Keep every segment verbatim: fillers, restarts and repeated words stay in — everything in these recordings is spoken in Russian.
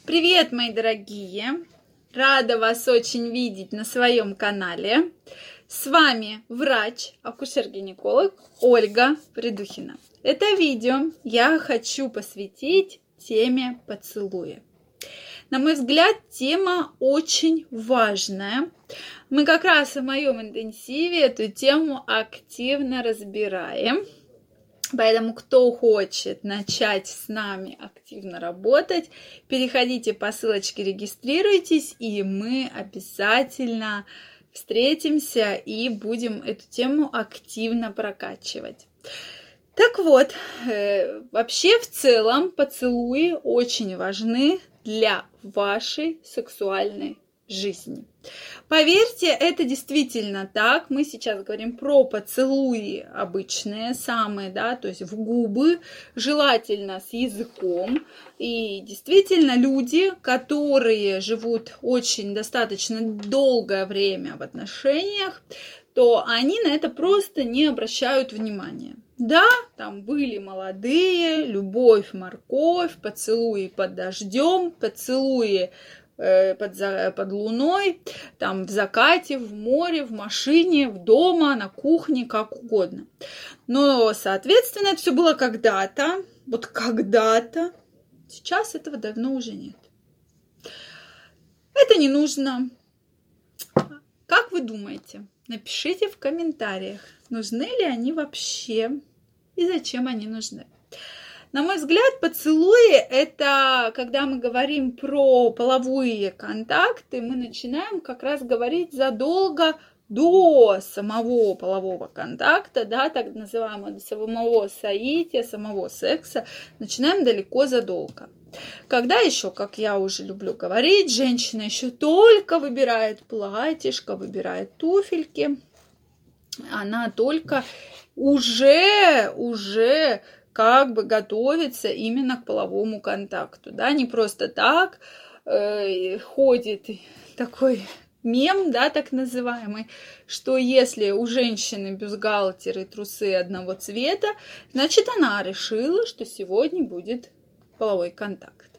Привет, мои дорогие! Рада вас очень видеть на своем канале. С вами врач, акушер-гинеколог Ольга Придухина. Это видео я хочу посвятить теме поцелуя. На мой взгляд, тема очень важная. Мы как раз в моем интенсиве эту тему активно разбираем. Поэтому, кто хочет начать с нами активно работать, переходите по ссылочке, регистрируйтесь, и мы обязательно встретимся и будем эту тему активно прокачивать. Так вот, э, вообще в целом поцелуи очень важны для вашей сексуальной жизни. Поверьте, это действительно так. Мы сейчас говорим про поцелуи обычные, самые, да, то есть в губы, желательно с языком. И действительно люди, которые живут очень достаточно долгое время в отношениях, то они на это просто не обращают внимания. Да, там были молодые, любовь, морковь, поцелуи под дождем, поцелуи Под, за, под луной, там в закате, в море, в машине, в дома, на кухне, как угодно. Но, соответственно, это все было когда-то, вот когда-то. Сейчас этого давно уже нет. Это не нужно. Как вы думаете? Напишите в комментариях, нужны ли они вообще и зачем они нужны. На мой взгляд, поцелуи – это, когда мы говорим про половые контакты, мы начинаем как раз говорить задолго до самого полового контакта, да, так называемого самого соития, самого секса, начинаем далеко задолго. Когда еще, как я уже люблю говорить, женщина еще только выбирает платьишко, выбирает туфельки, она только уже, уже... как бы готовится именно к половому контакту, да, не просто так э, ходит такой мем, да, так называемый, что если у женщины бюстгальтер и трусы одного цвета, значит, она решила, что сегодня будет половой контакт.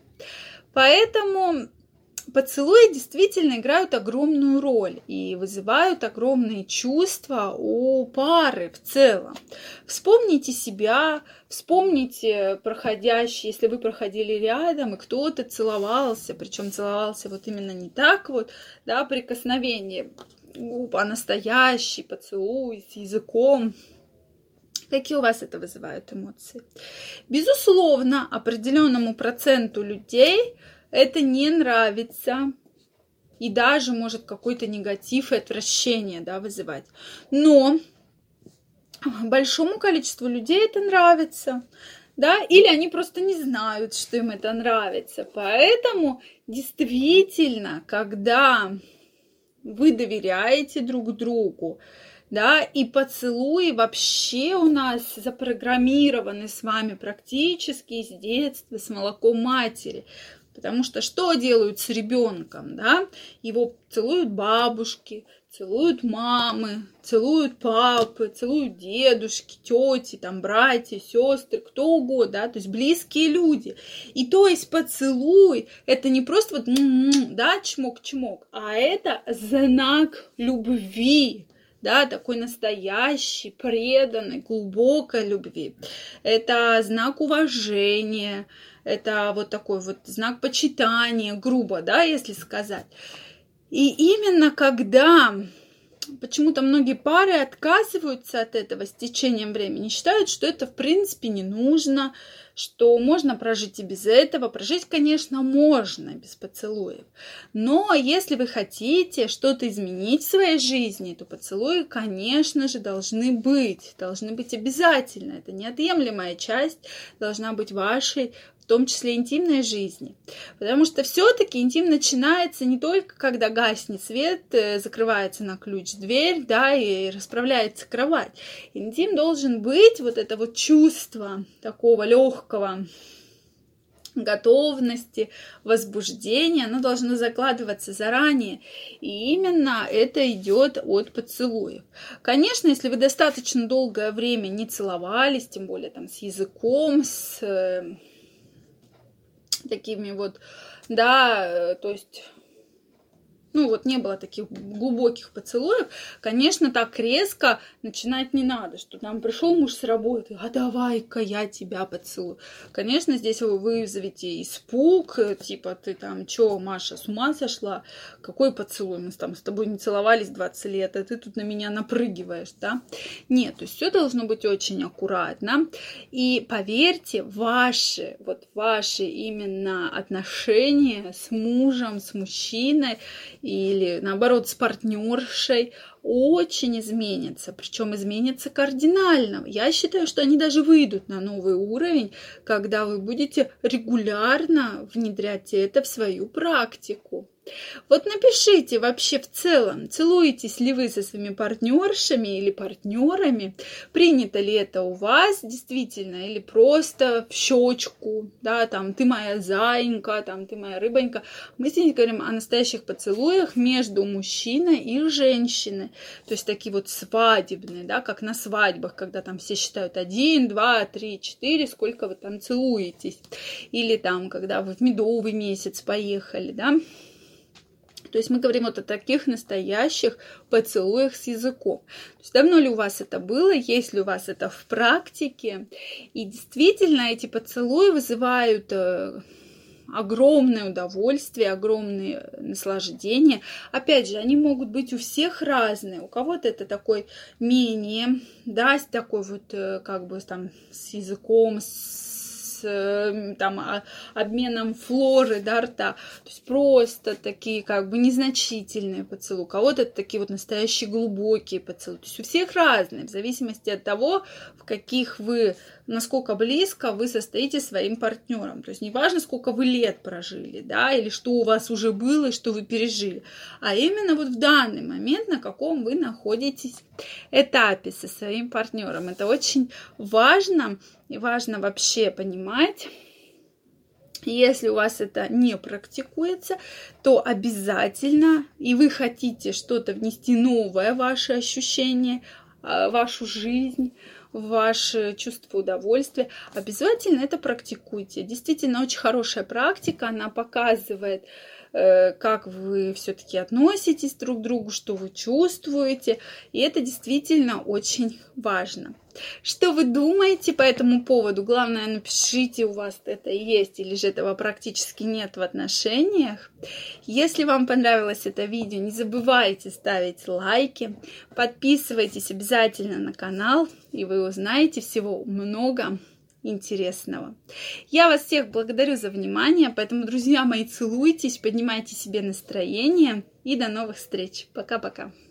Поэтому поцелуи действительно играют огромную роль и вызывают огромные чувства у пары в целом. Вспомните себя, вспомните проходящие, если вы проходили рядом, и кто-то целовался, причем целовался вот именно не так вот, да, прикосновение губ, а настоящий поцелуй с языком. Какие у вас это вызывают эмоции? Безусловно, определенному проценту людей это не нравится и даже может какой-то негатив и отвращение, да, вызывать. Но большому количеству людей это нравится, да, или они просто не знают, что им это нравится. Поэтому действительно, когда вы доверяете друг другу, да, и поцелуи вообще у нас запрограммированы с вами практически с детства, с молоком матери. Потому что что делают с ребенком, да? Его целуют бабушки, целуют мамы, целуют папы, целуют дедушки, тети, там, братья, сестры, кто угодно, да? То есть близкие люди. И то есть поцелуй – это не просто вот, да, чмок-чмок, а это знак любви. Да, такой настоящий, преданный, глубокой любви. Это знак уважения, это вот такой вот знак почитания, грубо, да, если сказать. И именно когда почему-то многие пары отказываются от этого с течением времени, считают, что это в принципе не нужно, что можно прожить и без этого. Прожить, конечно, можно без поцелуев. Но если вы хотите что-то изменить в своей жизни, то поцелуи, конечно же, должны быть. Должны быть обязательно. Это неотъемлемая часть должна быть вашей, в том числе интимной жизни. Потому что все-таки интим начинается не только, когда гаснет свет, закрывается на ключ дверь, да, и расправляется кровать. Интим должен быть вот это вот чувство такого легкого готовности, возбуждения, оно должно закладываться заранее. И именно это идет от поцелуев. Конечно, если вы достаточно долгое время не целовались, тем более там с языком, с такими вот, да, то есть... Ну, вот не было таких глубоких поцелуев, конечно, так резко начинать не надо, что там пришел муж с работы, а давай-ка я тебя поцелую. Конечно, здесь вы вызовете испуг, типа, ты там, чё, Маша, с ума сошла? Какой поцелуй? Мы там с тобой не целовались двадцать лет, а ты тут на меня напрыгиваешь, да? Нет, то есть все должно быть очень аккуратно. И поверьте, ваши, вот ваши именно отношения с мужем, с мужчиной, или наоборот с партнершей очень изменится, причем изменится кардинально. Я считаю, что они даже выйдут на новый уровень, когда вы будете регулярно внедрять это в свою практику. Вот напишите вообще в целом, целуетесь ли вы со своими партнершами или партнерами, принято ли это у вас действительно, или просто в щечку, да, там, ты моя зайенька, там, ты моя рыбонька. Мы здесь говорим о настоящих поцелуях между мужчиной и женщиной, то есть такие вот свадебные, да, как на свадьбах, когда там все считают один, два, три, четыре, сколько вы там целуетесь, или там, когда вы в медовый месяц поехали, да. То есть мы говорим вот о таких настоящих поцелуях с языком. То есть давно ли у вас это было, есть ли у вас это в практике? И действительно эти поцелуи вызывают огромное удовольствие, огромное наслаждение. Опять же, они могут быть у всех разные. У кого-то это такой менее, да, такой вот как бы там с языком, с там обменом флоры, да, рта, то есть просто такие как бы незначительные поцелуи, у кого-то это такие вот настоящие глубокие поцелуи, то есть у всех разные, в зависимости от того, в каких вы, насколько близко вы состоите своим партнером, то есть не важно, сколько вы лет прожили, да, или что у вас уже было, и что вы пережили, а именно вот в данный момент, на каком вы находитесь этапе со своим партнером, это очень важно. И важно вообще понимать, если у вас это не практикуется, то обязательно, и вы хотите что-то внести новое в ваши ощущения, в вашу жизнь, в ваше чувство удовольствия, обязательно это практикуйте. Действительно, очень хорошая практика, она показывает, как вы все-таки относитесь друг к другу, что вы чувствуете, и это действительно очень важно. Что вы думаете по этому поводу? Главное, напишите, у вас это есть или же этого практически нет в отношениях. Если вам понравилось это видео, не забывайте ставить лайки, подписывайтесь обязательно на канал, и вы узнаете всего много интересного. Я вас всех благодарю за внимание, поэтому, друзья мои, целуйтесь, поднимайте себе настроение и до новых встреч. Пока-пока.